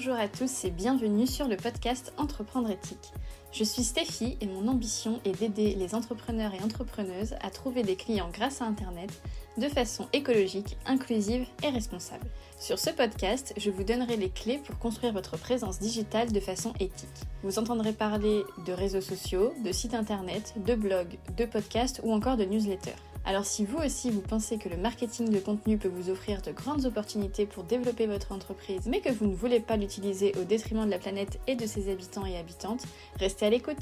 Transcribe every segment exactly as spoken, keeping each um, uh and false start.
Bonjour à tous et bienvenue sur le podcast Entreprendre éthique. Je suis Stéphie et mon ambition est d'aider les entrepreneurs et entrepreneuses à trouver des clients grâce à Internet de façon écologique, inclusive et responsable. Sur ce podcast, je vous donnerai les clés pour construire votre présence digitale de façon éthique. Vous entendrez parler de réseaux sociaux, de sites internet, de blogs, de podcasts ou encore de newsletters. Alors si vous aussi vous pensez que le marketing de contenu peut vous offrir de grandes opportunités pour développer votre entreprise, mais que vous ne voulez pas l'utiliser au détriment de la planète et de ses habitants et habitantes, restez à l'écoute.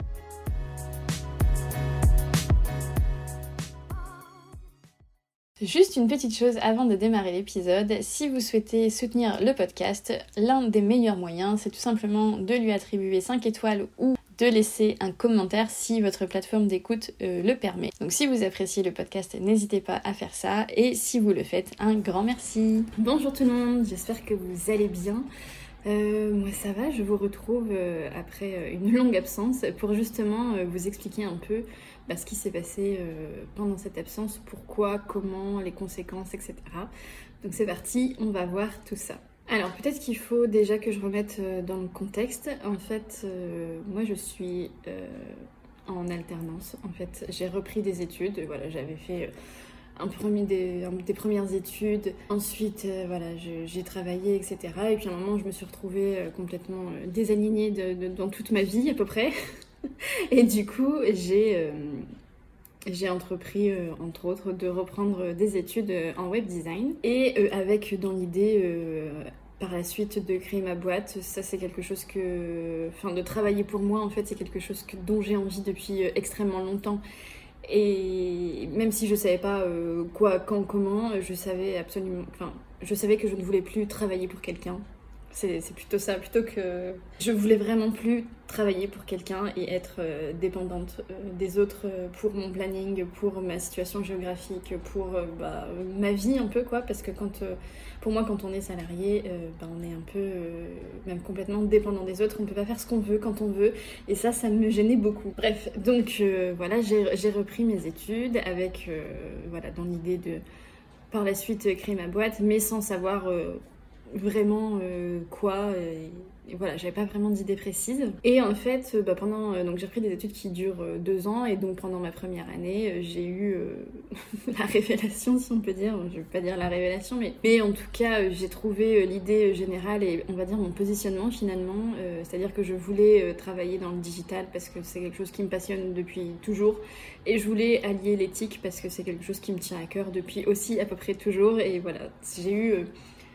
Juste une petite chose avant de démarrer l'épisode, si vous souhaitez soutenir le podcast, l'un des meilleurs moyens, c'est tout simplement de lui attribuer cinq étoiles ou de laisser un commentaire si votre plateforme d'écoute euh, le permet. Donc si vous appréciez le podcast, n'hésitez pas à faire ça et si vous le faites, un grand merci. Bonjour tout le monde, j'espère que vous allez bien. Euh, moi ça va, je vous retrouve euh, après une longue absence pour justement euh, vous expliquer un peu bah, ce qui s'est passé euh, pendant cette absence, pourquoi, comment, les conséquences, et cetera. Donc c'est parti, on va voir tout ça. Alors peut-être qu'il faut déjà que je remette dans le contexte. En fait, euh, moi je suis euh, en alternance. En fait, j'ai repris des études. Voilà, j'avais fait un premier des, un, des premières études. Ensuite, euh, voilà, je, j'ai travaillé, et cetera. Et puis à un moment, je me suis retrouvée euh, complètement euh, désalignée de, de, dans toute ma vie à peu près. Et du coup, j'ai... Euh, J'ai entrepris, euh, entre autres, de reprendre des études euh, en web design et euh, avec dans l'idée, euh, par la suite, de créer ma boîte. Ça, c'est quelque chose que... Enfin, de travailler pour moi, en fait, c'est quelque chose que, dont j'ai envie depuis euh, extrêmement longtemps. Et même si je savais pas euh, quoi, quand, comment, je savais absolument... Enfin, je savais que je ne voulais plus travailler pour quelqu'un. C'est, c'est plutôt ça, plutôt que je voulais vraiment plus travailler pour quelqu'un et être euh, dépendante euh, des autres euh, pour mon planning, pour ma situation géographique, pour euh, bah, ma vie un peu quoi, parce que quand, euh, pour moi quand on est salarié, euh, bah, on est un peu euh, même complètement dépendant des autres, on peut pas faire ce qu'on veut quand on veut et ça, ça me gênait beaucoup. Bref, donc euh, voilà, j'ai, j'ai repris mes études avec, euh, voilà, dans l'idée de par la suite créer ma boîte, mais sans savoir... Euh, vraiment euh, quoi et, et voilà, j'avais pas vraiment d'idée précise et en fait bah, pendant euh, donc j'ai repris des études qui durent euh, deux ans et donc pendant ma première année euh, j'ai eu euh, la révélation si on peut dire, je veux pas dire la révélation mais, mais en tout cas euh, j'ai trouvé euh, l'idée générale et on va dire mon positionnement finalement euh, c'est à dire que je voulais euh, travailler dans le digital parce que c'est quelque chose qui me passionne depuis toujours et je voulais allier l'éthique parce que c'est quelque chose qui me tient à cœur depuis aussi à peu près toujours et voilà, j'ai eu euh,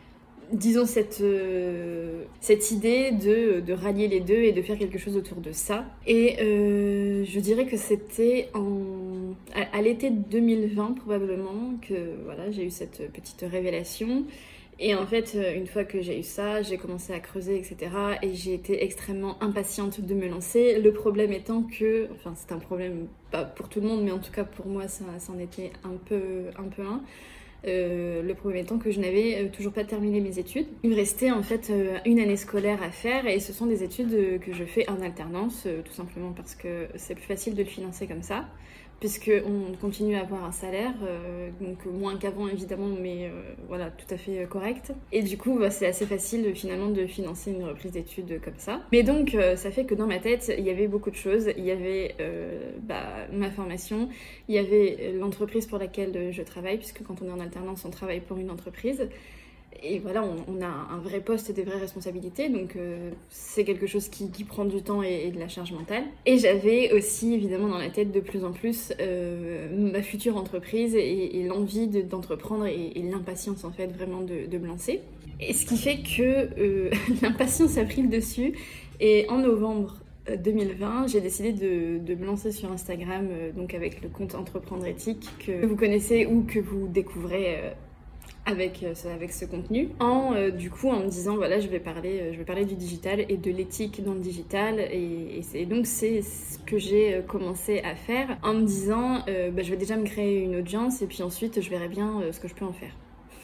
disons cette, euh, cette idée de, de rallier les deux et de faire quelque chose autour de ça. Et euh, je dirais que c'était en, à, à l'été deux mille vingt probablement que voilà, j'ai eu cette petite révélation. Et en fait, une fois que j'ai eu ça, j'ai commencé à creuser, et cetera. Et j'ai été extrêmement impatiente de me lancer. Le problème étant que, enfin c'est un problème pas pour tout le monde, mais en tout cas pour moi, ça, ça en était un peu, un peu un. Euh, le problème étant que je n'avais euh, toujours pas terminé mes études. Il me restait en fait euh, une année scolaire à faire et ce sont des études euh, que je fais en alternance, euh, tout simplement parce que c'est plus facile de le financer comme ça, puisqu'on continue à avoir un salaire, euh, donc moins qu'avant évidemment, mais euh, voilà, tout à fait euh, correct. Et du coup, bah, c'est assez facile finalement de financer une reprise d'études comme ça. Mais donc, euh, ça fait que dans ma tête, il y avait beaucoup de choses. Il y avait euh, bah, ma formation, il y avait l'entreprise pour laquelle je travaille, puisque quand on est en alternance, on travaille pour une entreprise. Et voilà, on, on a un vrai poste et des vraies responsabilités, donc euh, c'est quelque chose qui, qui prend du temps et, et de la charge mentale. Et j'avais aussi évidemment dans la tête de plus en plus euh, ma future entreprise et, et l'envie de, d'entreprendre et, et l'impatience en fait vraiment de, de me lancer. Et ce qui fait que euh, l'impatience a pris le dessus et en novembre deux mille vingt, j'ai décidé de, de me lancer sur Instagram, euh, donc avec le compte Entreprendre éthique que vous connaissez ou que vous découvrez euh, avec, euh, avec ce contenu, en euh, du coup en me disant voilà je vais parler, euh, je vais parler du digital et de l'éthique dans le digital et, et, c'est, et donc c'est ce que j'ai commencé à faire en me disant euh, bah, je vais déjà me créer une audience et puis ensuite je verrai bien euh, ce que je peux en faire.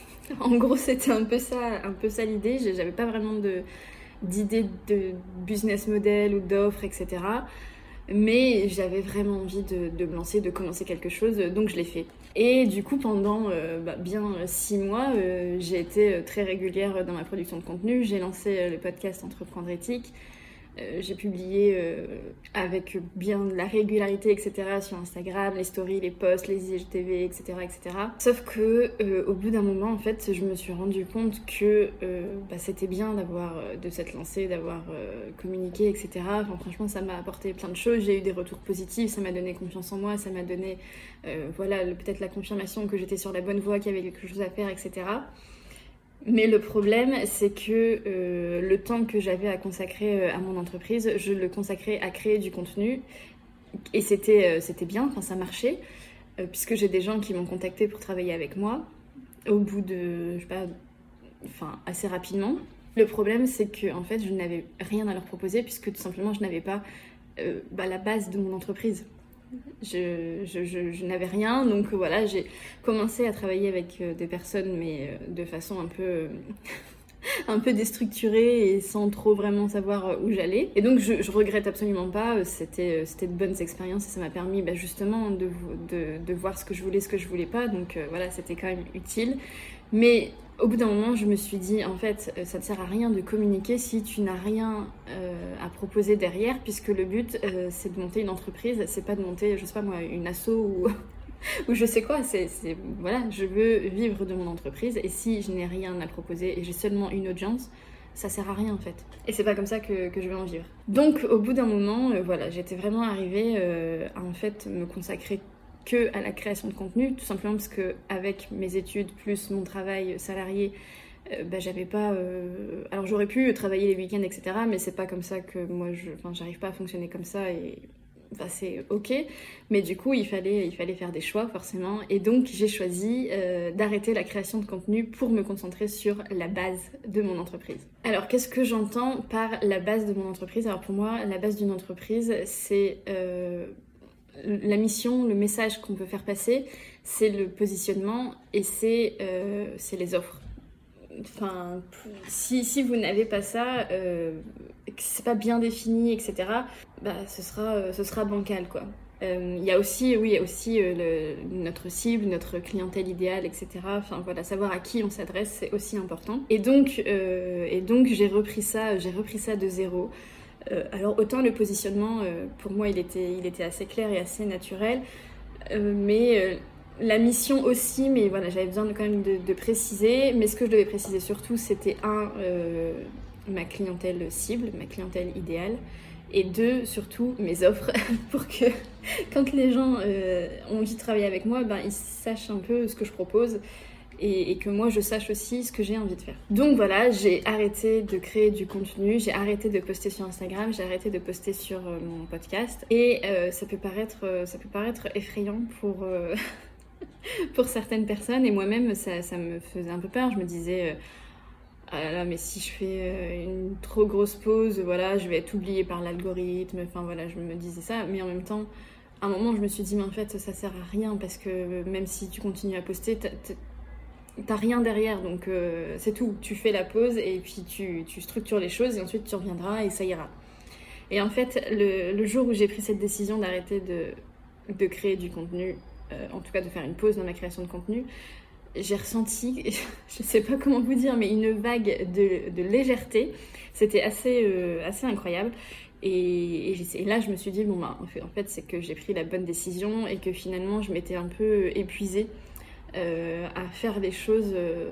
En gros c'était un peu ça, un peu ça l'idée, j'avais pas vraiment de, d'idée de business model ou d'offre et cetera. mais j'avais vraiment envie de, de me lancer, de commencer quelque chose, donc je l'ai fait. Et du coup, pendant euh, bah, bien six mois, euh, j'ai été très régulière dans ma production de contenu. J'ai lancé euh, le podcast Entreprendre éthique. Euh, j'ai publié euh, avec bien de la régularité, et cetera sur Instagram, les stories, les posts, les I G T V, et cetera, et cetera. Sauf que euh, au bout d'un moment, en fait, je me suis rendu compte que euh, bah, c'était bien d'avoir, de s'être lancé, d'avoir euh, communiqué, et cetera. Enfin, franchement, ça m'a apporté plein de choses. J'ai eu des retours positifs, ça m'a donné confiance en moi, ça m'a donné, euh, voilà, le, peut-être la confirmation que j'étais sur la bonne voie, qu'il y avait quelque chose à faire, et cetera. Mais le problème, c'est que euh, le temps que j'avais à consacrer euh, à mon entreprise, je le consacrais à créer du contenu. Et c'était, euh, c'était bien, enfin, ça marchait, euh, puisque j'ai des gens qui m'ont contacté pour travailler avec moi, au bout de, je sais pas, enfin, assez rapidement. Le problème, c'est que en fait, je n'avais rien à leur proposer, puisque tout simplement, je n'avais pas euh, bah, la base de mon entreprise. Je, je, je, je n'avais rien, donc voilà, j'ai commencé à travailler avec des personnes, mais de façon un peu, un peu déstructurée et sans trop vraiment savoir où j'allais. Et donc je, je regrette absolument pas, c'était, c'était de bonnes expériences et ça m'a permis bah, justement de, de, de voir ce que je voulais, ce que je voulais pas, donc voilà, c'était quand même utile. Mais au bout d'un moment, je me suis dit, en fait, ça ne sert à rien de communiquer si tu n'as rien euh, à proposer derrière, puisque le but, euh, c'est de monter une entreprise, c'est pas de monter, je sais pas moi, une asso ou, ou je sais quoi. C'est, c'est, voilà, je veux vivre de mon entreprise, et si je n'ai rien à proposer et j'ai seulement une audience, ça sert à rien en fait. Et c'est pas comme ça que, que je veux en vivre. Donc, au bout d'un moment, euh, voilà, j'étais vraiment arrivée euh, à en fait me consacrer que à la création de contenu, tout simplement parce que avec mes études plus mon travail salarié, euh, bah, j'avais pas euh... alors j'aurais pu travailler les week-ends, etc., mais c'est pas comme ça que moi je, enfin, j'arrive pas à fonctionner comme ça, et bah, c'est ok, mais du coup il fallait il fallait faire des choix forcément, et donc j'ai choisi euh, d'arrêter la création de contenu pour me concentrer sur la base de mon entreprise. Alors qu'est-ce que j'entends par la base de mon entreprise? Alors pour moi, la base d'une entreprise, c'est euh, la mission, le message qu'on peut faire passer, c'est le positionnement et c'est, euh, c'est les offres. Enfin, si, si vous n'avez pas ça, euh, que c'est pas bien défini, et cetera, bah, ce sera, ce sera bancal, quoi. Il euh, y a aussi, oui, il y a aussi euh, le, notre cible, notre clientèle idéale, et cetera. Enfin voilà, savoir à qui on s'adresse, c'est aussi important. Et donc, euh, et donc j'ai repris ça, j'ai repris ça de zéro. Euh, alors autant le positionnement, euh, pour moi, il était, il était assez clair et assez naturel, euh, mais euh, la mission aussi, mais voilà, j'avais besoin de, quand même de, de préciser. Mais ce que je devais préciser surtout, c'était un, euh, ma clientèle cible, ma clientèle idéale, et deux, surtout mes offres, pour que quand les gens euh, ont envie de travailler avec moi, ben, ils sachent un peu ce que je propose. Et, et que moi je sache aussi ce que j'ai envie de faire. Donc voilà, j'ai arrêté de créer du contenu, j'ai arrêté de poster sur Instagram, j'ai arrêté de poster sur euh, mon podcast. Et euh, ça peut paraître, euh, ça peut paraître effrayant pour, euh, pour certaines personnes, et moi-même ça, ça me faisait un peu peur. Je me disais, euh, ah là là, mais si je fais euh, une trop grosse pause, voilà, je vais être oubliée par l'algorithme. Enfin voilà, je me disais ça, mais en même temps, à un moment je me suis dit, mais en fait ça sert à rien, parce que même si tu continues à poster, t'as, t'as, t'as rien derrière, donc euh, c'est tout. Tu fais la pause et puis tu, tu structures les choses et ensuite tu reviendras et ça ira. Et en fait, le, le jour où j'ai pris cette décision d'arrêter de, de créer du contenu, euh, en tout cas de faire une pause dans ma création de contenu, j'ai ressenti, je sais pas comment vous dire, mais une vague de, de légèreté. C'était assez, euh, assez incroyable. Et, et, et là, je me suis dit, bon, bah, en fait, en fait c'est que j'ai pris la bonne décision et que finalement, je m'étais un peu épuisée Euh, à faire des choses euh,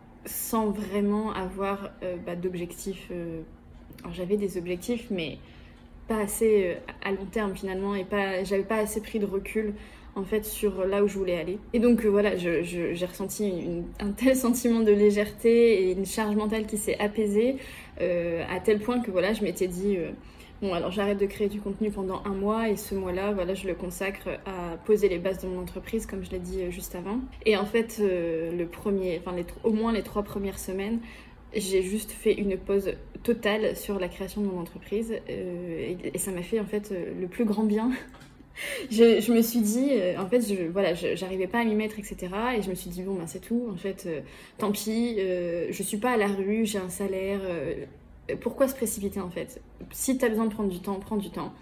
sans vraiment avoir euh, bah, d'objectifs. Euh... Alors j'avais des objectifs, mais pas assez euh, à long terme finalement, et pas, j'avais pas assez pris de recul en fait sur là où je voulais aller. Et donc euh, voilà, je, je, j'ai ressenti une, un tel sentiment de légèreté et une charge mentale qui s'est apaisée euh, à tel point que voilà, je m'étais dit euh, bon, alors j'arrête de créer du contenu pendant un mois, et ce mois-là, voilà, je le consacre à poser les bases de mon entreprise, comme je l'ai dit juste avant. Et en fait, euh, le premier, enfin les, au moins les trois premières semaines, j'ai juste fait une pause totale sur la création de mon entreprise, euh, et, et ça m'a fait en fait le plus grand bien. je, je me suis dit, euh, en fait, je, voilà, je, j'arrivais pas à m'y mettre, et cetera. Et je me suis dit, bon, ben c'est tout, en fait, euh, tant pis, euh, je suis pas à la rue, j'ai un salaire... Euh, pourquoi se précipiter en fait? Si tu as besoin de prendre du temps, prends du temps.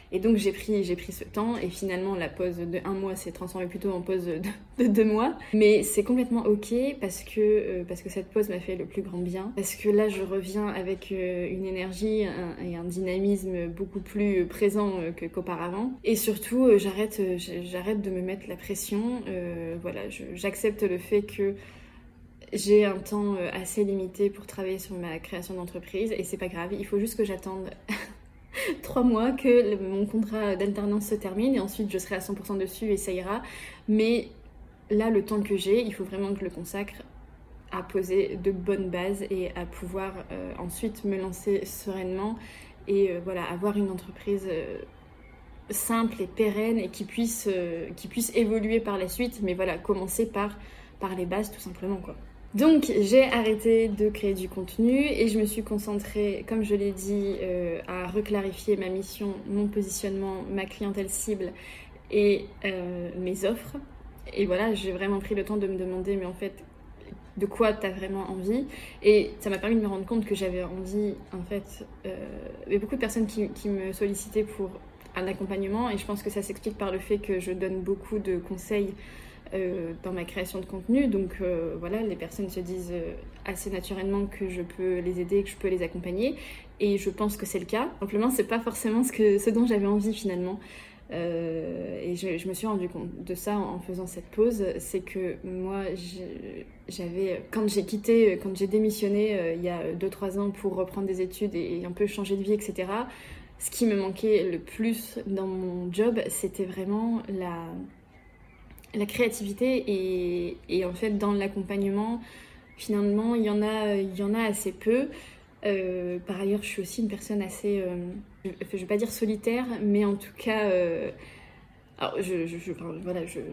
Et donc j'ai pris, j'ai pris ce temps et finalement la pause de un mois s'est transformée plutôt en pause de, de deux mois. Mais c'est complètement ok parce que, euh, parce que cette pause m'a fait le plus grand bien. Parce que là je reviens avec euh, une énergie un, et un dynamisme beaucoup plus présent euh, que, qu'auparavant. Et surtout euh, j'arrête, euh, j'arrête de me mettre la pression. Euh, voilà, je, j'accepte le fait que j'ai un temps euh, assez limité pour travailler sur ma création d'entreprise et c'est pas grave, il faut juste que j'attende trois mois que le, mon contrat d'alternance se termine et ensuite je serai à cent pour cent dessus et ça ira. Mais là, le temps que j'ai, il faut vraiment que je le consacre à poser de bonnes bases et à pouvoir euh, ensuite me lancer sereinement et euh, voilà, avoir une entreprise euh, simple et pérenne et qui puisse, euh, qui puisse évoluer par la suite. Mais voilà, commencer par, par les bases tout simplement, quoi. Donc j'ai arrêté de créer du contenu et je me suis concentrée, comme je l'ai dit, euh, à reclarifier ma mission, mon positionnement, ma clientèle cible et euh, mes offres. Et voilà, j'ai vraiment pris le temps de me demander, mais en fait, de quoi t'as vraiment envie? Et ça m'a permis de me rendre compte que j'avais envie, en fait, euh, il y a beaucoup de personnes qui, qui me sollicitaient pour un accompagnement et je pense que ça s'explique par le fait que je donne beaucoup de conseils Euh, dans ma création de contenu, donc euh, voilà, les personnes se disent euh, assez naturellement que je peux les aider, que je peux les accompagner, et je pense que c'est le cas. Simplement, c'est pas forcément ce, que, ce dont j'avais envie finalement, euh, et je, je me suis rendu compte de ça en, en faisant cette pause. C'est que moi, j'avais, quand j'ai quitté, quand j'ai démissionné euh, il y a deux trois ans pour reprendre des études et, et un peu changer de vie, et cetera, ce qui me manquait le plus dans mon job, c'était vraiment la la créativité et, et en fait dans l'accompagnement finalement il y en a, il y en a assez peu. Euh, par ailleurs je suis aussi une personne assez euh, je, je vais pas dire solitaire mais en tout cas euh, alors je, je, je enfin, voilà je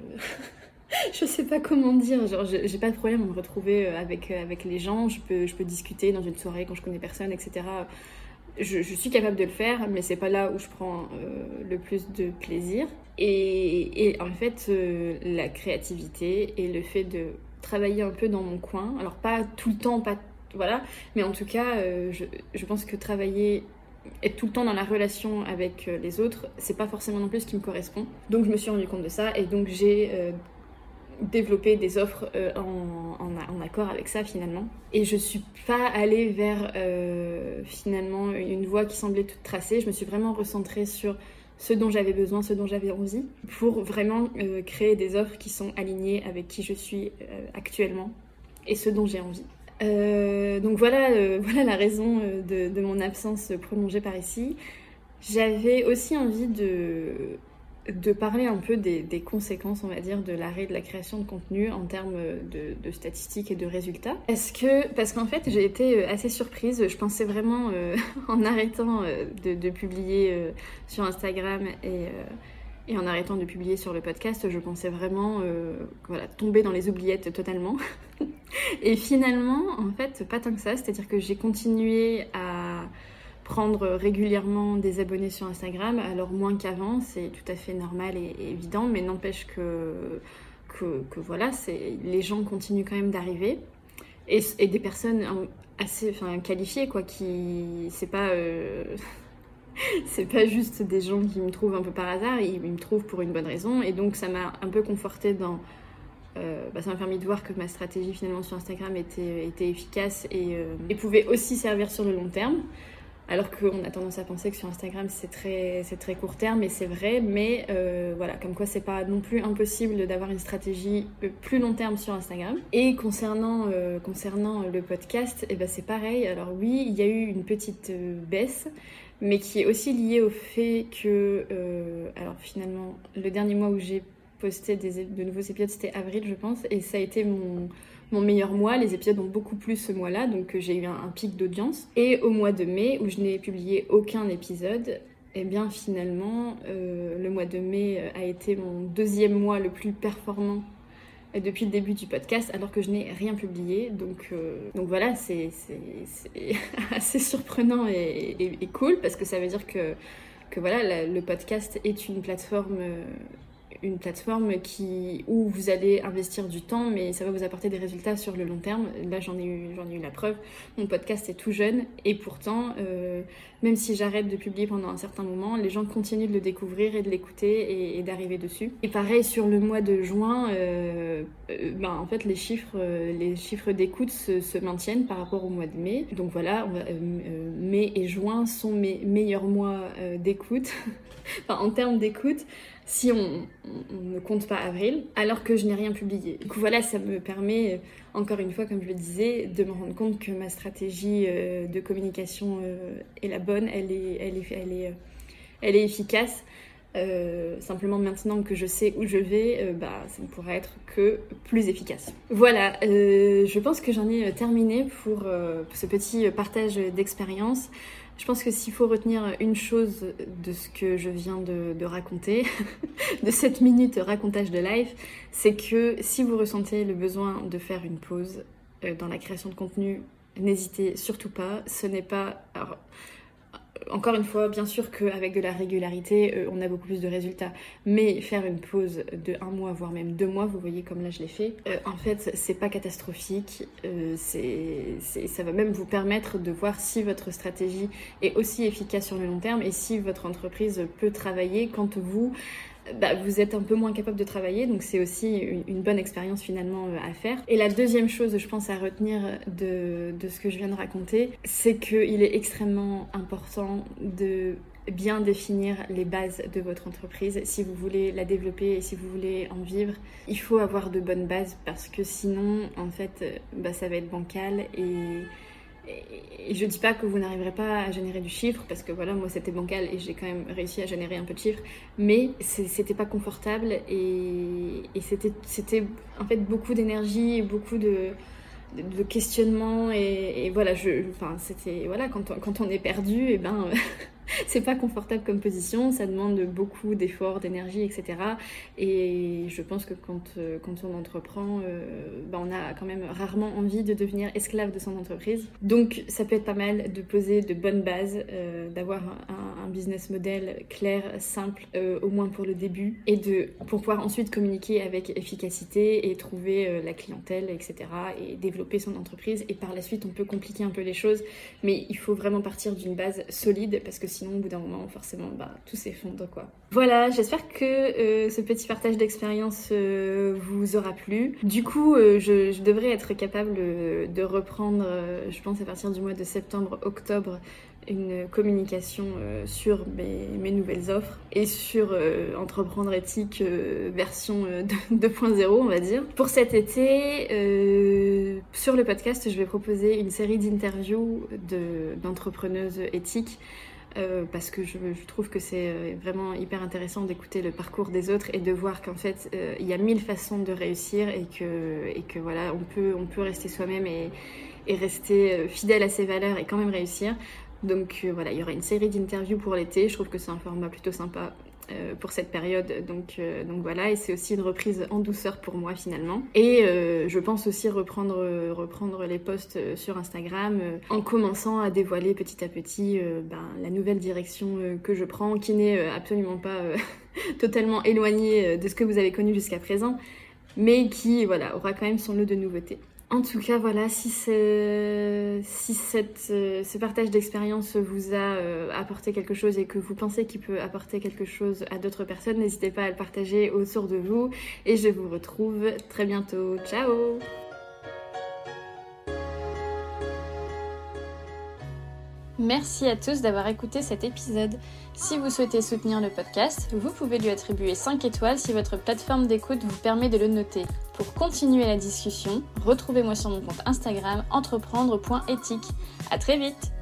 je sais pas comment dire, genre je, j'ai pas de problème à me retrouver avec, avec les gens, je peux, je peux discuter dans une soirée quand je connais personne, etc. Je, je suis capable de le faire, mais c'est pas là où je prends euh, le plus de plaisir. Et, et en fait, euh, la créativité et le fait de travailler un peu dans mon coin, alors pas tout le temps, pas voilà, mais en tout cas, euh, je, je pense que travailler, être tout le temps dans la relation avec les autres, c'est pas forcément non plus ce qui me correspond. Donc je me suis rendu compte de ça et donc j'ai euh, développer des offres euh, en, en, en accord avec ça finalement. Et je suis pas allée vers euh, finalement une voie qui semblait toute tracée. Je me suis vraiment recentrée sur ce dont j'avais besoin, ce dont j'avais envie, pour vraiment euh, créer des offres qui sont alignées avec qui je suis euh, actuellement et ce dont j'ai envie. Euh, donc voilà, euh, voilà la raison de, de mon absence prolongée par ici. J'avais aussi envie de de parler un peu des, des conséquences, on va dire, de l'arrêt de la création de contenu en termes de, de statistiques et de résultats. Parce que, parce qu'en fait, j'ai été assez surprise. Je pensais vraiment, euh, en arrêtant de, de publier euh, sur Instagram et, euh, et en arrêtant de publier sur le podcast, je pensais vraiment euh, voilà, tomber dans les oubliettes totalement. Et finalement, en fait, pas tant que ça. C'est-à-dire que j'ai continué à prendre régulièrement des abonnés sur Instagram, alors moins qu'avant, c'est tout à fait normal et, et évident, mais n'empêche que, que, que voilà, c'est, les gens continuent quand même d'arriver, et, et des personnes assez enfin, qualifiées, quoi, qui, c'est pas, euh, c'est pas juste des gens qui me trouvent un peu par hasard, ils, ils me trouvent pour une bonne raison, et donc ça m'a un peu confortée dans... Euh, bah, ça m'a permis de voir que ma stratégie finalement sur Instagram était, était efficace et, euh, et pouvait aussi servir sur le long terme. Alors qu'on a tendance à penser que sur Instagram, c'est très, c'est très court terme, et c'est vrai, mais euh, voilà, comme quoi c'est pas non plus impossible d'avoir une stratégie plus long terme sur Instagram. Et concernant, euh, concernant le podcast, eh ben c'est pareil. Alors oui, il y a eu une petite euh, baisse, mais qui est aussi liée au fait que, euh, alors finalement, le dernier mois où j'ai posté des, de nouveaux épisodes, c'était avril, je pense, et ça a été mon... mon meilleur mois. Les épisodes ont beaucoup plu ce mois-là, donc j'ai eu un, un pic d'audience. Et au mois de mai, où je n'ai publié aucun épisode, eh bien finalement, euh, le mois de mai a été mon deuxième mois le plus performant depuis le début du podcast, alors que je n'ai rien publié. Donc, euh, donc voilà, c'est, c'est, c'est assez surprenant et, et, et cool, parce que ça veut dire que, que voilà, la, le podcast est une plateforme... Euh, une plateforme qui, où vous allez investir du temps, mais ça va vous apporter des résultats sur le long terme. Là, j'en ai eu, j'en ai eu la preuve. Mon podcast est tout jeune et pourtant, euh, même si j'arrête de publier pendant un certain moment, les gens continuent de le découvrir et de l'écouter et, et d'arriver dessus. Et pareil, sur le mois de juin, euh, euh, ben, en fait, les chiffres, euh, les chiffres d'écoute se, se maintiennent par rapport au mois de mai. Donc voilà, on va, euh, mai et juin sont mes meilleurs mois euh, d'écoute. Enfin, en termes d'écoute, si on, on, on ne compte pas avril, alors que je n'ai rien publié. Du coup, voilà, ça me permet, encore une fois, comme je le disais, de me rendre compte que ma stratégie euh, de communication euh, est la bonne, elle est, elle est, elle est, elle est efficace. Euh, simplement maintenant que je sais où je vais, euh, bah, ça ne pourra être que plus efficace. Voilà, euh, je pense que j'en ai terminé pour, euh, pour ce petit partage d'expérience. Je pense que s'il faut retenir une chose de ce que je viens de, de raconter, de cette minute racontage de life, c'est que si vous ressentez le besoin de faire une pause euh, dans la création de contenu, n'hésitez surtout pas. Ce n'est pas... Alors, encore une fois, bien sûr qu'avec de la régularité, euh, on a beaucoup plus de résultats. Mais faire une pause de un mois, voire même deux mois, vous voyez comme là je l'ai fait, euh, en fait, c'est pas catastrophique. Euh, c'est, c'est, ça va même vous permettre de voir si votre stratégie est aussi efficace sur le long terme et si votre entreprise peut travailler quand vous... Bah, vous êtes un peu moins capable de travailler, donc c'est aussi une, une bonne expérience finalement euh, à faire. Et la deuxième chose, je pense, à retenir de, de ce que je viens de raconter, c'est qu'il est extrêmement important de bien définir les bases de votre entreprise. Si vous voulez la développer et si vous voulez en vivre, il faut avoir de bonnes bases parce que sinon, en fait, bah, ça va être bancal et... Et je dis pas que vous n'arriverez pas à générer du chiffre, parce que voilà, moi c'était bancal et j'ai quand même réussi à générer un peu de chiffre, mais c'était pas confortable et, et c'était, c'était en fait beaucoup d'énergie, beaucoup de, de, de questionnement et, et voilà, je, enfin c'était, voilà, quand on, quand on est perdu, et ben c'est pas confortable comme position, ça demande beaucoup d'efforts, d'énergie, et cetera. Et je pense que quand, euh, quand on entreprend, euh, bah on a quand même rarement envie de devenir esclave de son entreprise. Donc ça peut être pas mal de poser de bonnes bases, euh, d'avoir un, un business model clair, simple, euh, au moins pour le début, et de, pour pouvoir ensuite communiquer avec efficacité et trouver euh, la clientèle, et cetera. Et développer son entreprise. Et par la suite, on peut compliquer un peu les choses, mais il faut vraiment partir d'une base solide, parce que sinon Sinon, au bout d'un moment, forcément, bah, tout s'effondre, quoi. Voilà, j'espère que euh, ce petit partage d'expérience euh, vous aura plu. Du coup, euh, je, je devrais être capable de reprendre, euh, je pense à partir du mois de septembre-octobre, une communication euh, sur mes, mes nouvelles offres et sur euh, Entreprendre éthique euh, version euh, deux point zéro, on va dire. Pour cet été, euh, sur le podcast, je vais proposer une série d'interviews de, d'entrepreneuses éthiques. Euh, parce que je, je trouve que c'est vraiment hyper intéressant d'écouter le parcours des autres et de voir qu'en fait euh, il y a mille façons de réussir et que, et que voilà, on peut, on peut rester soi-même et, et rester fidèle à ses valeurs et quand même réussir. Donc euh, voilà, il y aura une série d'interviews pour l'été, je trouve que c'est un format plutôt sympa euh, pour cette période, donc, euh, donc voilà, et c'est aussi une reprise en douceur pour moi finalement. Et euh, je pense aussi reprendre, euh, reprendre les posts sur Instagram euh, en commençant à dévoiler petit à petit euh, ben, la nouvelle direction euh, que je prends, qui n'est euh, absolument pas euh, totalement éloignée de ce que vous avez connu jusqu'à présent, mais qui voilà, aura quand même son lot de nouveautés. En tout cas, voilà, si, si cette, euh, ce partage d'expérience vous a euh, apporté quelque chose et que vous pensez qu'il peut apporter quelque chose à d'autres personnes, n'hésitez pas à le partager autour de vous. Et je vous retrouve très bientôt. Ciao! Merci à tous d'avoir écouté cet épisode. Si vous souhaitez soutenir le podcast, vous pouvez lui attribuer cinq étoiles si votre plateforme d'écoute vous permet de le noter. Pour continuer la discussion, retrouvez-moi sur mon compte Instagram entreprendre point éthique. À très vite!